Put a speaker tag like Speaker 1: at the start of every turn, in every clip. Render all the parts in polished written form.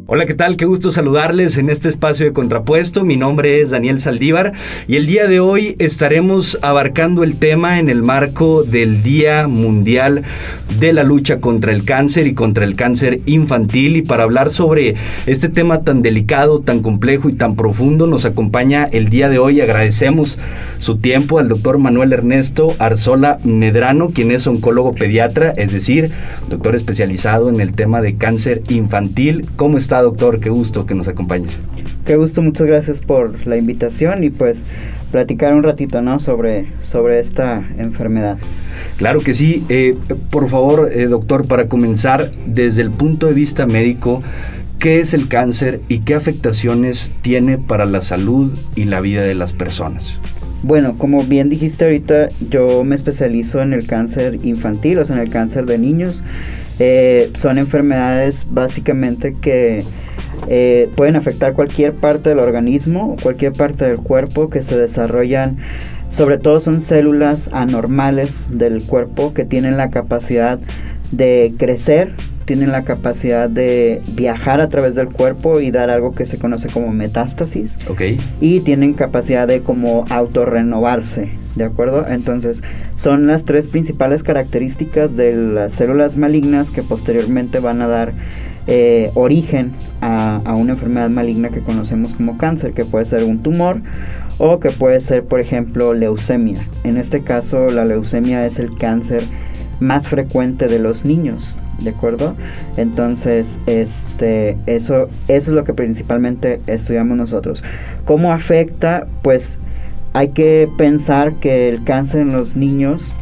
Speaker 1: Hola, ¿qué tal? Qué gusto saludarles en este espacio de Contrapuesto. Mi nombre es Daniel Saldívar y el día de hoy estaremos abarcando el tema en el marco del Día Mundial de la Lucha contra el Cáncer y contra el cáncer infantil. Y para hablar sobre este tema tan delicado, tan complejo y tan profundo, nos acompaña el día de hoy. Agradecemos su tiempo al doctor Manuel Ernesto Arzola Medrano, quien es oncólogo pediatra, es decir, doctor especializado en el tema de cáncer infantil. ¿Cómo está, doctor? Qué gusto que nos acompañes.
Speaker 2: Qué gusto, muchas gracias por la invitación y pues platicar un ratito, ¿no? sobre esta enfermedad.
Speaker 1: Claro que sí. Por favor, doctor, para comenzar, desde el punto de vista médico, ¿qué es el cáncer y qué afectaciones tiene para la salud y la vida de las personas?
Speaker 2: Bueno, como bien dijiste ahorita, yo me especializo en el cáncer infantil, o sea, en el cáncer de niños. Son enfermedades básicamente que pueden afectar cualquier parte del organismo, cualquier parte del cuerpo, que se desarrollan, sobre todo son células anormales del cuerpo que tienen la capacidad de crecer, tienen la capacidad de viajar a través del cuerpo y dar algo que se conoce como metástasis.
Speaker 1: Okay.
Speaker 2: Y tienen capacidad de como autorrenovarse, ¿de acuerdo? Entonces, son las tres principales características de las células malignas que posteriormente van a dar origen a una enfermedad maligna que conocemos como cáncer, que puede ser un tumor o que puede ser, por ejemplo, leucemia. En este caso, la leucemia es el cáncer más frecuente de los niños, ¿de acuerdo? Entonces, eso es lo que principalmente estudiamos nosotros. ¿Cómo afecta? Pues hay que pensar que el cáncer en los niños,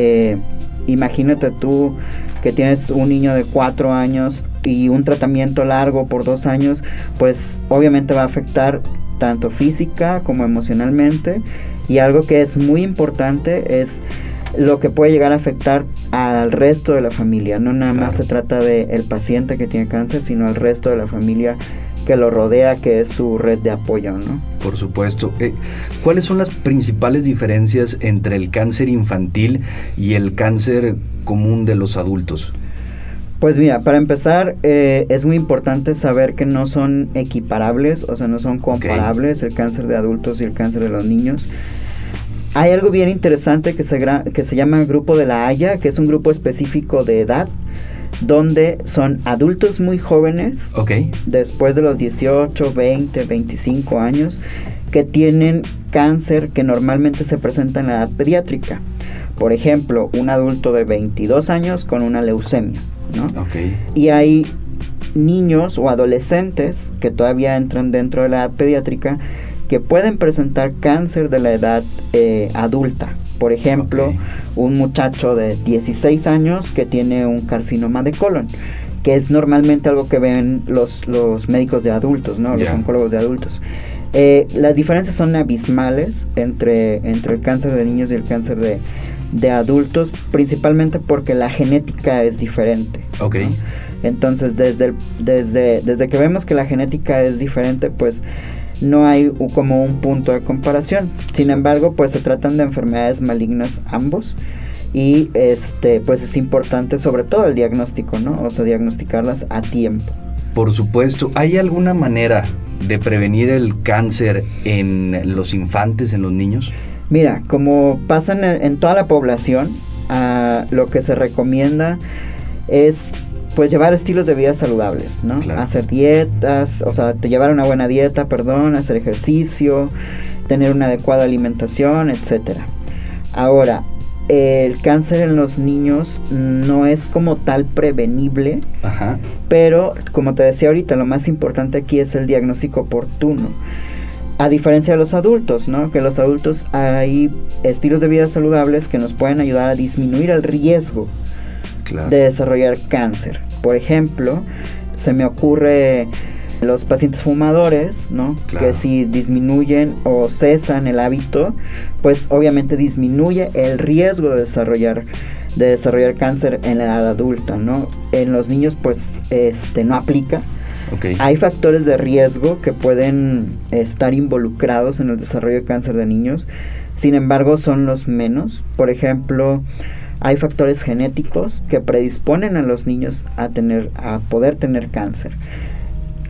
Speaker 2: imagínate tú que tienes un niño de 4 años y un tratamiento largo por 2 años, pues obviamente va a afectar tanto física como emocionalmente, y algo que es muy importante es lo que puede llegar a afectar al resto de la familia. No nada más se trata del paciente que tiene cáncer, sino al resto de la familia que lo rodea, que es su red de apoyo, ¿no?
Speaker 1: Por supuesto. ¿Cuáles son las principales diferencias entre el cáncer infantil y el cáncer común de los adultos?
Speaker 2: Pues mira, para empezar, es muy importante saber que no son equiparables, o sea, no son comparables, el cáncer de adultos y el cáncer de los niños. Hay algo bien interesante que se llama Grupo de la Haya, que es un grupo específico de edad, donde son adultos muy jóvenes, después de los 18, 20, 25 años, que tienen cáncer que normalmente se presenta en la edad pediátrica. Por ejemplo, un adulto de 22 años con una leucemia, ¿no? Y hay niños o adolescentes que todavía entran dentro de la edad pediátrica que pueden presentar cáncer de la edad adulta. Por ejemplo, un muchacho de 16 años que tiene un carcinoma de colon, que es normalmente algo que ven los médicos de adultos, ¿no? Los oncólogos de adultos. Las diferencias son abismales entre el cáncer de niños y el cáncer de adultos, principalmente porque la genética es diferente, ¿no? Entonces, desde que vemos que la genética es diferente, pues no hay como un punto de comparación. Sin embargo, pues se tratan de enfermedades malignas ambos, y pues es importante sobre todo el diagnóstico, ¿no? O sea, diagnosticarlas a tiempo.
Speaker 1: Por supuesto. ¿Hay alguna manera de prevenir el cáncer en los infantes, en los niños?
Speaker 2: Mira, como pasa en toda la población, lo que se recomienda es pues llevar estilos de vida saludables, ¿no? Hacer dietas, o sea, llevar una buena dieta, hacer ejercicio, tener una adecuada alimentación, etcétera. Ahora, el cáncer en los niños no es como tal prevenible, pero como te decía ahorita, lo más importante aquí es el diagnóstico oportuno. A diferencia de los adultos, ¿no? Que los adultos hay estilos de vida saludables que nos pueden ayudar a disminuir el riesgo de desarrollar cáncer. Por ejemplo, se me ocurre los pacientes fumadores, ¿no? Que si disminuyen o cesan el hábito, pues obviamente disminuye el riesgo de desarrollar cáncer en la edad adulta, ¿no? En los niños, pues, no aplica. Hay factores de riesgo que pueden estar involucrados en el desarrollo de cáncer de niños, sin embargo, son los menos. Por ejemplo, hay factores genéticos que predisponen a los niños a poder tener cáncer.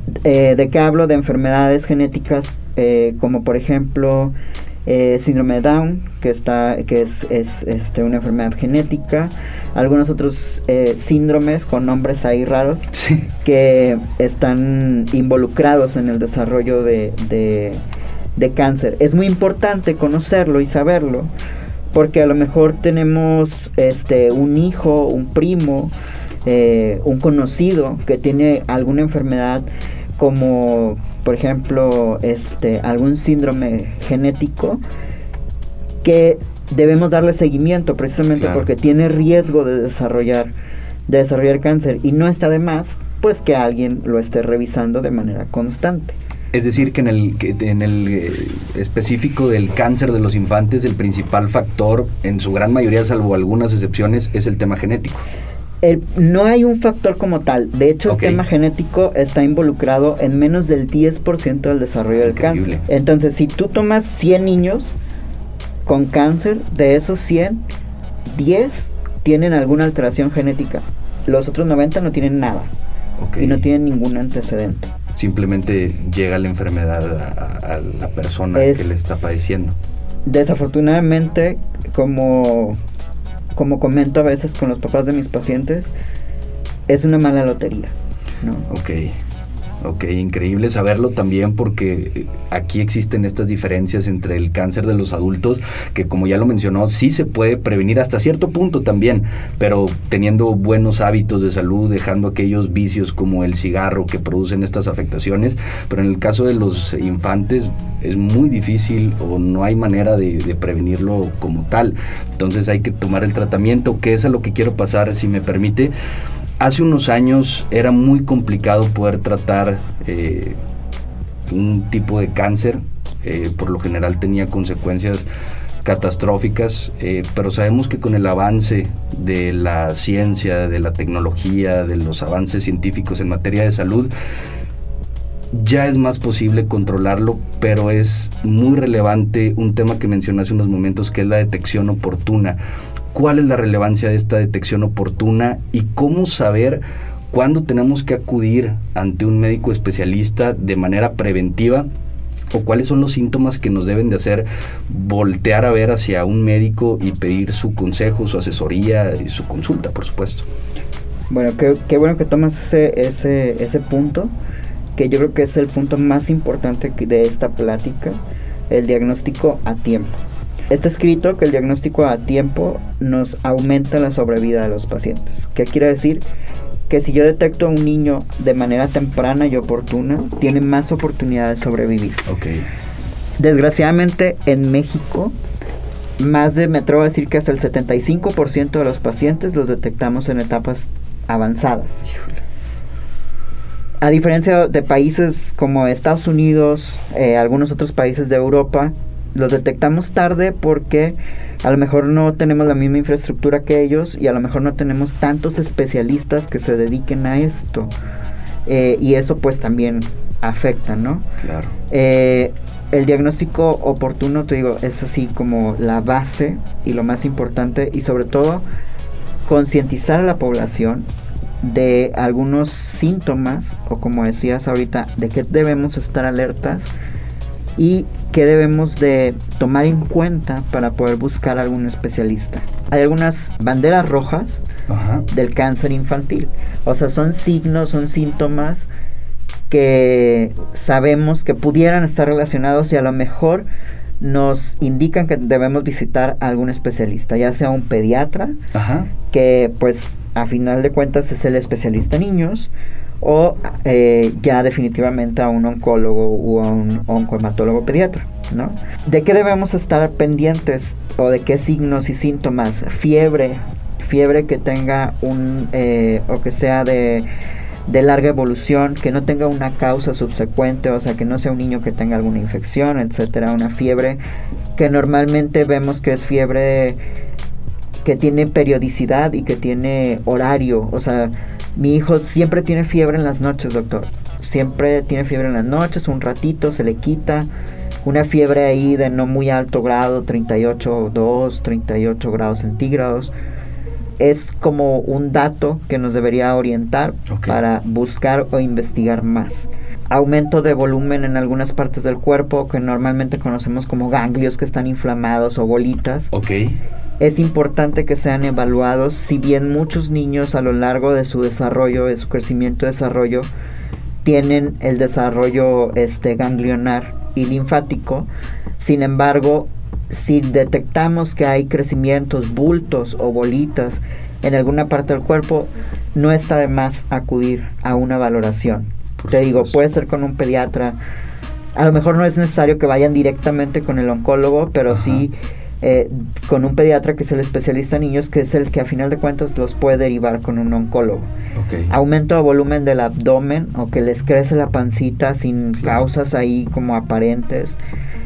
Speaker 2: ¿De qué hablo? De enfermedades genéticas como por ejemplo síndrome de Down, que es una enfermedad genética, algunos otros síndromes con nombres ahí raros,
Speaker 1: sí,
Speaker 2: que están involucrados en el desarrollo de cáncer. Es muy importante conocerlo y saberlo, porque a lo mejor tenemos un hijo, un primo, un conocido que tiene alguna enfermedad como por ejemplo algún síndrome genético que debemos darle seguimiento precisamente
Speaker 1: claro,
Speaker 2: porque tiene riesgo de desarrollar cáncer, y no está de más pues que alguien lo esté revisando de manera constante.
Speaker 1: Es decir, que en el específico del cáncer de los infantes, el principal factor, en su gran mayoría, salvo algunas excepciones, es el tema genético.
Speaker 2: No hay un factor como tal. De hecho,
Speaker 1: Okay.
Speaker 2: El tema genético está involucrado en menos del 10% del desarrollo del cáncer. Entonces, si tú tomas 100 niños con cáncer, de esos 100, 10 tienen alguna alteración genética. Los otros 90 no tienen nada.
Speaker 1: Okay.
Speaker 2: Y no tienen ningún antecedente.
Speaker 1: Simplemente llega la enfermedad a la persona que le está padeciendo.
Speaker 2: Desafortunadamente, como comento a veces con los papás de mis pacientes, es una mala lotería, ¿no? Ok,
Speaker 1: increíble saberlo también, porque aquí existen estas diferencias entre el cáncer de los adultos, que como ya lo mencionó, sí se puede prevenir hasta cierto punto también, pero teniendo buenos hábitos de salud, dejando aquellos vicios como el cigarro que producen estas afectaciones. Pero en el caso de los infantes es muy difícil, o no hay manera de prevenirlo como tal. Entonces hay que tomar el tratamiento, que es a lo que quiero pasar, si me permite. Hace unos años era muy complicado poder tratar un tipo de cáncer. Por lo general tenía consecuencias catastróficas, pero sabemos que con el avance de la ciencia, de la tecnología, de los avances científicos en materia de salud, ya es más posible controlarlo, pero es muy relevante un tema que mencioné hace unos momentos, que es la detección oportuna. ¿Cuál es la relevancia de esta detección oportuna y cómo saber cuándo tenemos que acudir ante un médico especialista de manera preventiva, o cuáles son los síntomas que nos deben de hacer voltear a ver hacia un médico y pedir su consejo, su asesoría y su consulta, por supuesto?
Speaker 2: Bueno, qué bueno que tomas ese punto, que yo creo que es el punto más importante de esta plática, el diagnóstico a tiempo. Está escrito que el diagnóstico a tiempo nos aumenta la sobrevida de los pacientes. ¿Qué quiere decir? Que si yo detecto a un niño de manera temprana y oportuna, tiene más oportunidad de sobrevivir.
Speaker 1: Okay.
Speaker 2: Desgraciadamente, en México, me atrevo a decir que hasta el 75% de los pacientes los detectamos en etapas avanzadas.
Speaker 1: Híjole.
Speaker 2: A diferencia de países como Estados Unidos, algunos otros países de Europa, los detectamos tarde porque a lo mejor no tenemos la misma infraestructura que ellos, y a lo mejor no tenemos tantos especialistas que se dediquen a esto, y eso pues también afecta, ¿no?
Speaker 1: Claro.
Speaker 2: El diagnóstico oportuno, te digo, es así como la base y lo más importante, y sobre todo concientizar a la población de algunos síntomas, o como decías ahorita, de que debemos estar alertas y qué debemos de tomar en cuenta para poder buscar a algún especialista. Hay algunas banderas rojas del cáncer infantil. O sea, son signos, son síntomas que sabemos que pudieran estar relacionados, y a lo mejor nos indican que debemos visitar a algún especialista, ya sea un pediatra, que pues a final de cuentas es el especialista en niños, o ya definitivamente a un oncólogo o a un oncohematólogo pediatra, ¿no? ¿De qué debemos estar pendientes, o de qué signos y síntomas? Fiebre que tenga o que sea de larga evolución, que no tenga una causa subsecuente, o sea, que no sea un niño que tenga alguna infección, etcétera. Una fiebre que normalmente vemos que es fiebre que tiene periodicidad y que tiene horario. O sea, mi hijo siempre tiene fiebre en las noches, doctor. Siempre tiene fiebre en las noches, un ratito se le quita. Una fiebre ahí de no muy alto grado, 38 grados centígrados. Es como un dato que nos debería orientar para buscar o investigar más. aumento de volumen en algunas partes del cuerpo que normalmente conocemos como ganglios que están inflamados o bolitas.
Speaker 1: Okay.
Speaker 2: Es importante que sean evaluados, si bien muchos niños a lo largo de su desarrollo, de su crecimiento y desarrollo, tienen el desarrollo ganglionar y linfático. Sin embargo, si detectamos que hay crecimientos, bultos o bolitas en alguna parte del cuerpo, no está de más acudir a una valoración. Te digo, puede ser con un pediatra. A lo mejor no es necesario que vayan directamente con el oncólogo, pero sí con un pediatra que es el especialista en niños, que es el que a final de cuentas los puede derivar con un oncólogo.
Speaker 1: Okay.
Speaker 2: Aumento de volumen del abdomen o que les crece la pancita sin causas ahí como aparentes.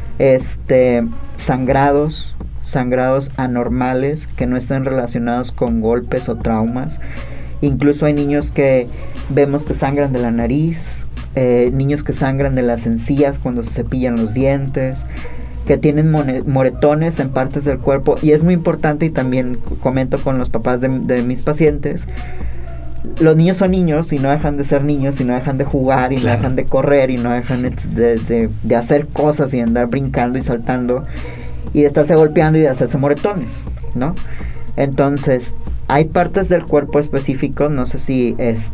Speaker 2: Sangrados anormales que no estén relacionados con golpes o traumas. Incluso hay niños que vemos que sangran de la nariz, niños que sangran de las encías cuando se cepillan los dientes, que tienen moretones en partes del cuerpo. Y es muy importante, y también comento con los papás de mis pacientes, los niños son niños y no dejan de ser niños y no dejan de jugar y no dejan de correr y no dejan de hacer cosas y de andar brincando y saltando y de estarse golpeando y de hacerse moretones, ¿no? Entonces, hay partes del cuerpo específicos, no sé si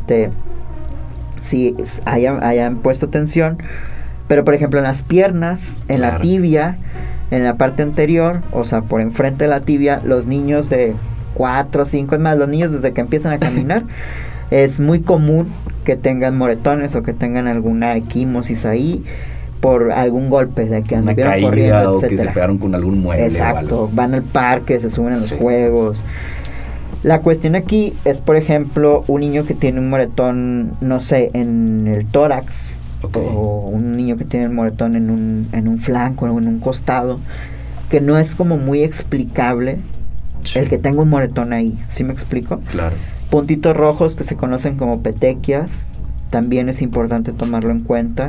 Speaker 2: hayan puesto atención, pero por ejemplo en las piernas, en la tibia, en la parte anterior, o sea, por enfrente de la tibia, los niños de 4, 5, es más, los niños desde que empiezan a caminar, es muy común que tengan moretones o que tengan alguna equimosis ahí por algún golpe de que anduvieron corriendo,
Speaker 1: o
Speaker 2: etcétera.
Speaker 1: Que se pegaron con algún mueble.
Speaker 2: Exacto, van al parque, se suben a los juegos. La cuestión aquí es, por ejemplo, un niño que tiene un moretón, no sé, en el tórax, o un niño que tiene el moretón en un flanco o en un costado, que no es como muy explicable el que tenga un moretón ahí. ¿Sí me explico?
Speaker 1: Claro.
Speaker 2: Puntitos rojos que se conocen como petequias, también es importante tomarlo en cuenta.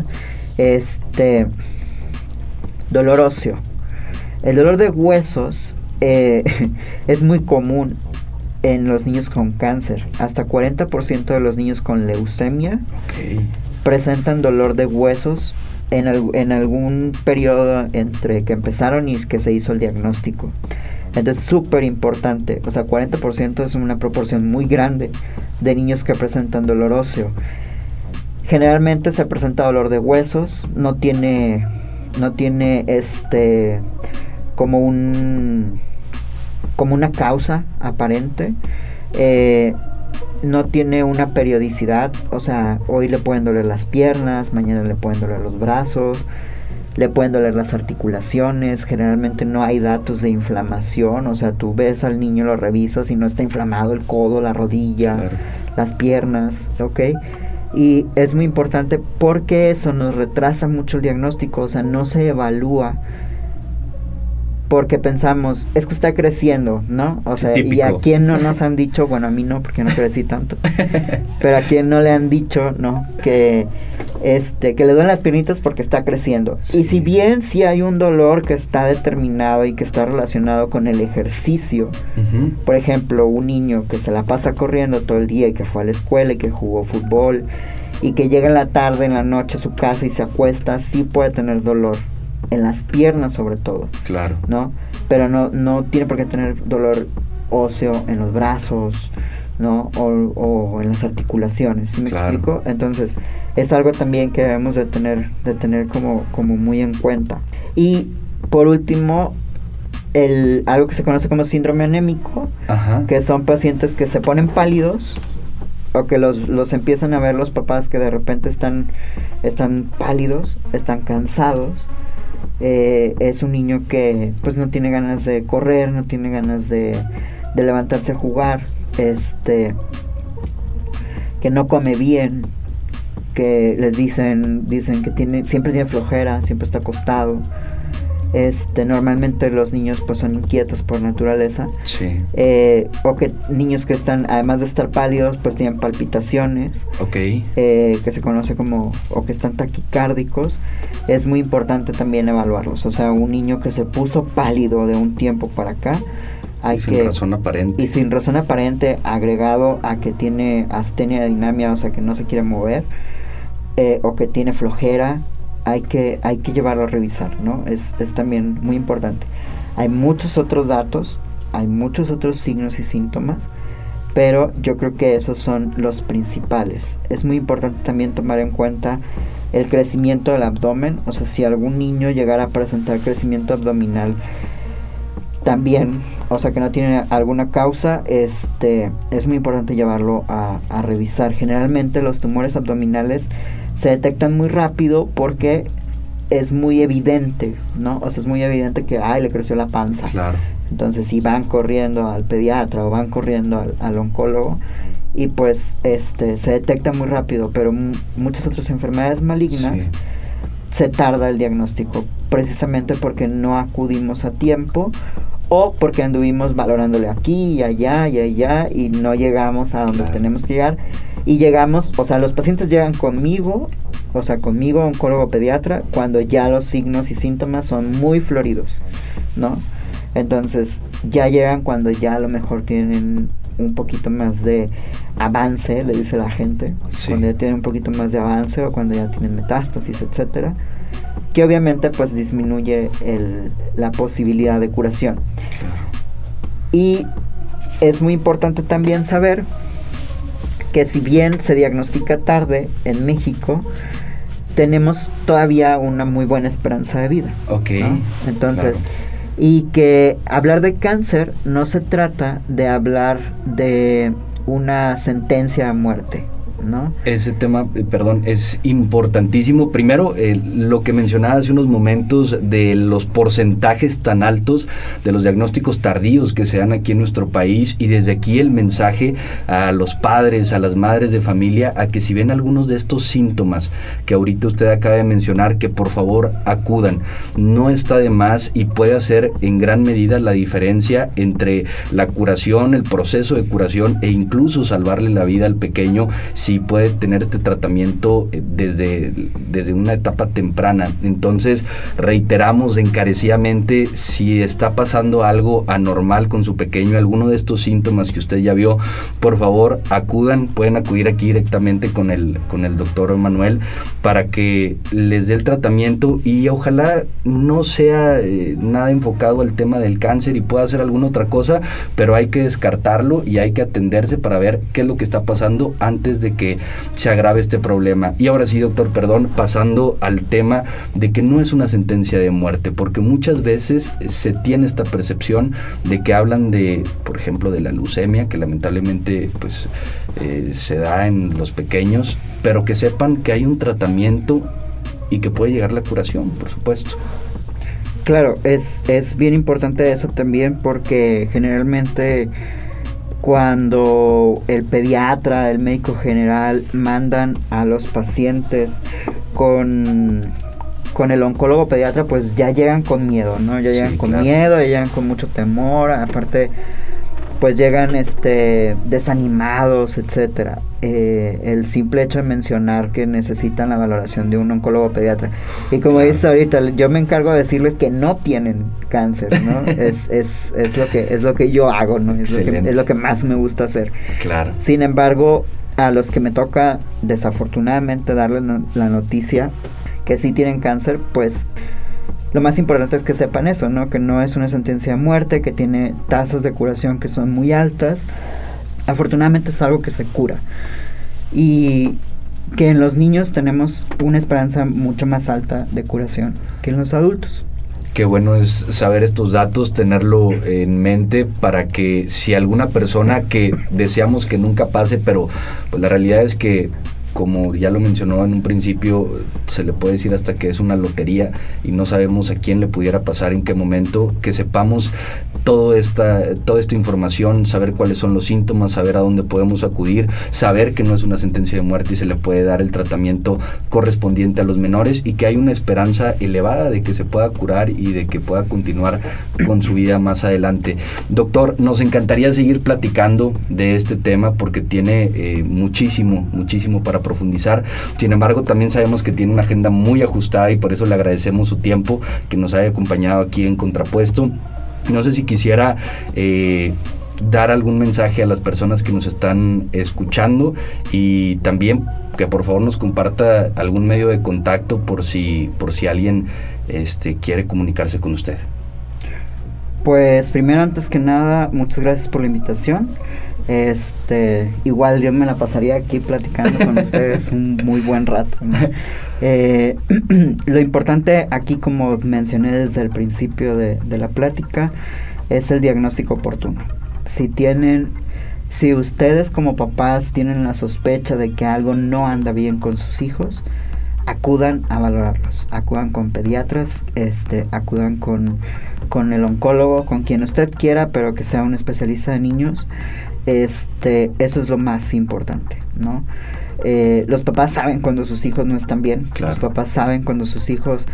Speaker 2: Dolor óseo. El dolor de huesos es muy común en los niños con cáncer. Hasta 40% de los niños con leucemia presentan dolor de huesos en algún periodo entre que empezaron y que se hizo el diagnóstico. Entonces, súper importante. O sea, 40% es una proporción muy grande de niños que presentan dolor óseo. Generalmente se presenta dolor de huesos, no tiene como una causa aparente, no tiene una periodicidad, o sea, hoy le pueden doler las piernas, mañana le pueden doler los brazos, le pueden doler las articulaciones. Generalmente no hay datos de inflamación, o sea, tú ves al niño, lo revisas y no está inflamado el codo, la rodilla, las piernas, ¿ok? Y es muy importante porque eso nos retrasa mucho el diagnóstico, o sea, no se evalúa porque pensamos, es que está creciendo, ¿no? O sea,
Speaker 1: típico.
Speaker 2: Y a quién no nos han dicho, bueno, a mí no, porque no crecí tanto, pero a quién no le han dicho, ¿no? Que le duelen las piernitas porque está creciendo. Sí. Y si bien sí hay un dolor que está determinado y que está relacionado con el ejercicio, por ejemplo, un niño que se la pasa corriendo todo el día y que fue a la escuela y que jugó fútbol y que llega en la tarde, en la noche a su casa y se acuesta, sí puede tener dolor. En las piernas sobre todo.
Speaker 1: Claro.
Speaker 2: ¿No? Pero no tiene por qué tener dolor óseo en los brazos, ¿no? O en las articulaciones, ¿sí me explico? Entonces, es algo también que debemos de tener como muy en cuenta. Y por último, algo que se conoce como síndrome anémico, que son pacientes que se ponen pálidos, o que los empiezan a ver los papás que de repente están pálidos, están cansados. Es un niño que pues no tiene ganas de correr, no tiene ganas de levantarse a jugar, que no come bien, que les dicen que siempre tiene flojera, siempre está acostado. Normalmente los niños pues son inquietos por naturaleza.
Speaker 1: Sí.
Speaker 2: O que niños que están, además de estar pálidos, pues tienen palpitaciones. Que se conoce como, o que están taquicárdicos. Es muy importante también evaluarlos. O sea, un niño que se puso pálido de un tiempo para acá,
Speaker 1: sin razón aparente.
Speaker 2: Y sin razón aparente, agregado a que tiene astenia de dinamia, o sea que no se quiere mover, o que tiene flojera, hay que llevarlo a revisar, ¿no? Es también muy importante. Hay muchos otros datos, hay muchos otros signos y síntomas, pero yo creo que esos son los principales. Es muy importante también tomar en cuenta el crecimiento del abdomen, o sea, si algún niño llegara a presentar crecimiento abdominal también, o sea, que no tiene alguna causa, es muy importante llevarlo a revisar. Generalmente los tumores abdominales se detectan muy rápido porque es muy evidente, ¿no? O sea, es muy evidente que, le creció la panza.
Speaker 1: Claro.
Speaker 2: Entonces, si van corriendo al pediatra o van corriendo al oncólogo, y pues se detecta muy rápido, pero muchas otras enfermedades malignas se tarda el diagnóstico, precisamente porque no acudimos a tiempo, o porque anduvimos valorándole aquí y allá y no llegamos a donde tenemos que llegar. Y llegamos, o sea, los pacientes llegan conmigo, oncólogo pediatra, cuando ya los signos y síntomas son muy floridos, ¿no? Entonces ya llegan cuando ya a lo mejor tienen un poquito más de avance, le dice la gente, cuando ya tienen un poquito más de avance o cuando ya tienen metástasis, etcétera, que obviamente pues disminuye la posibilidad de curación. Y es muy importante también saber que si bien se diagnostica tarde en México, tenemos todavía una muy buena esperanza de vida. ¿No? Entonces, y que hablar de cáncer no se trata de hablar de una sentencia a muerte, ¿no?
Speaker 1: Ese tema, es importantísimo. Primero, lo que mencionaba hace unos momentos de los porcentajes tan altos de los diagnósticos tardíos que se dan aquí en nuestro país, y desde aquí el mensaje a los padres, a las madres de familia, a que si ven algunos de estos síntomas que ahorita usted acaba de mencionar, que por favor acudan. No está de más y puede hacer en gran medida la diferencia entre la curación, el proceso de curación, e incluso salvarle la vida al pequeño si puede tener este tratamiento desde una etapa temprana. Entonces, reiteramos encarecidamente, si está pasando algo anormal con su pequeño, alguno de estos síntomas que usted ya vio, por favor acudan. Pueden acudir aquí directamente con el doctor Manuel para que les dé el tratamiento, y ojalá no sea nada enfocado al tema del cáncer y pueda hacer alguna otra cosa, pero hay que descartarlo y hay que atenderse para ver qué es lo que está pasando antes de que se agrave este problema. Y ahora sí, doctor, pasando al tema de que no es una sentencia de muerte, porque muchas veces se tiene esta percepción de que hablan de, por ejemplo, de la leucemia, que lamentablemente pues se da en los pequeños, pero que sepan que hay un tratamiento y que puede llegar la curación, por supuesto.
Speaker 2: Claro, es bien importante eso también, porque generalmente cuando el pediatra, el médico general mandan a los pacientes con el oncólogo pediatra, pues ya llegan con miedo, ¿no? Ya llegan con miedo, ya llegan con mucho temor, aparte pues llegan desanimados, etcétera. El simple hecho de mencionar que necesitan la valoración de un oncólogo pediatra, y como dices ahorita, yo me encargo de decirles que no tienen cáncer, ¿no? es lo que yo hago, ¿no? Es lo que más me gusta hacer.
Speaker 1: Claro.
Speaker 2: Sin embargo, a los que me toca desafortunadamente darles la noticia que sí tienen cáncer, pues lo más importante es que sepan eso, ¿no? Que no es una sentencia de muerte, que tiene tasas de curación que son muy altas. Afortunadamente es algo que se cura. Y que en los niños tenemos una esperanza mucho más alta de curación que en los adultos.
Speaker 1: Qué bueno es saber estos datos, tenerlo en mente para que si alguna persona que deseamos que nunca pase, pero pues la realidad es que, como ya lo mencionó en un principio, se le puede decir hasta que es una lotería y no sabemos a quién le pudiera pasar, en qué momento, que sepamos toda esta información, saber cuáles son los síntomas, saber a dónde podemos acudir, saber que no es una sentencia de muerte y se le puede dar el tratamiento correspondiente a los menores, y que hay una esperanza elevada de que se pueda curar y de que pueda continuar con su vida más adelante. Doctor, nos encantaría seguir platicando de este tema porque tiene muchísimo para profundizar. Sin embargo, también sabemos que tiene una agenda muy ajustada y por eso le agradecemos su tiempo, que nos haya acompañado aquí en Contrapuesto. No sé si quisiera dar algún mensaje a las personas que nos están escuchando y también que por favor nos comparta algún medio de contacto por si alguien quiere comunicarse con usted.
Speaker 2: Pues primero, antes que nada, muchas gracias por la invitación. Igual yo me la pasaría aquí platicando con ustedes un muy buen rato, ¿no? Lo importante aquí, como mencioné desde el principio de la plática, es el diagnóstico oportuno. Si ustedes como papás tienen la sospecha de que algo no anda bien con sus hijos, acudan a valorarlos, acudan con pediatras, acudan con el oncólogo, con quien usted quiera, pero que sea un especialista de niños. Eso es lo más importante, ¿no? Los papás saben cuando sus hijos no están bien. Claro. Los papás saben cuando sus hijos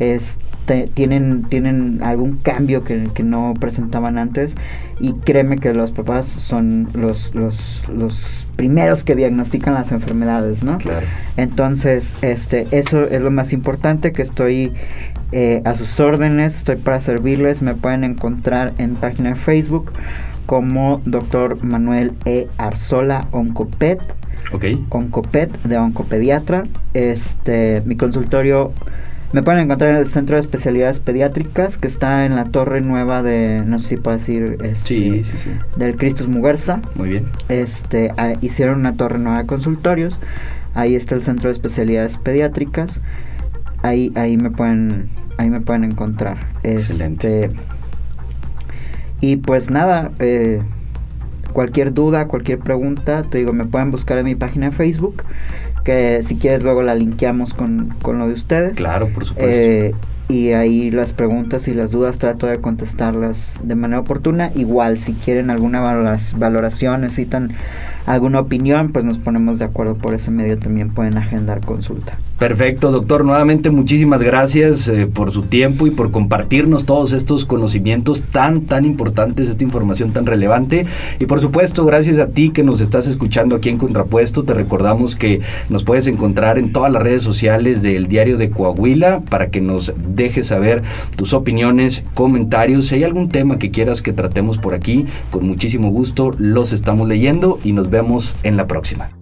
Speaker 2: tienen algún cambio que no presentaban antes, y créeme que los papás son los primeros que diagnostican las enfermedades, ¿no? Claro. Entonces, eso es lo más importante, que estoy a sus órdenes, estoy para servirles. Me pueden encontrar en página de Facebook como Dr. Manuel E. Arzola Oncoped. Okay. Oncoped, de oncopediatra. Mi consultorio me pueden encontrar en el Centro de Especialidades Pediátricas, que está en la Torre Nueva de, no sé si puedo decir, sí. Del Christus Muguerza. Muy bien. Hicieron una torre nueva de consultorios. Ahí está el Centro de Especialidades Pediátricas. Ahí me pueden encontrar.
Speaker 1: Excelente.
Speaker 2: Y pues nada, cualquier duda, cualquier pregunta, te digo, me pueden buscar en mi página de Facebook, que si quieres luego la linkeamos con lo de ustedes.
Speaker 1: Claro, por supuesto.
Speaker 2: Y ahí las preguntas y las dudas trato de contestarlas de manera oportuna. Igual, si quieren alguna valoración, necesitan alguna opinión, pues nos ponemos de acuerdo por ese medio, también pueden agendar consulta.
Speaker 1: Perfecto, doctor. Nuevamente muchísimas gracias por su tiempo y por compartirnos todos estos conocimientos tan importantes, esta información tan relevante. Y por supuesto, gracias a ti que nos estás escuchando aquí en Contrapuesto. Te recordamos que nos puedes encontrar en todas las redes sociales del Diario de Coahuila para que nos dejes saber tus opiniones, comentarios. Si hay algún tema que quieras que tratemos por aquí, con muchísimo gusto los estamos leyendo y nos vemos en la próxima.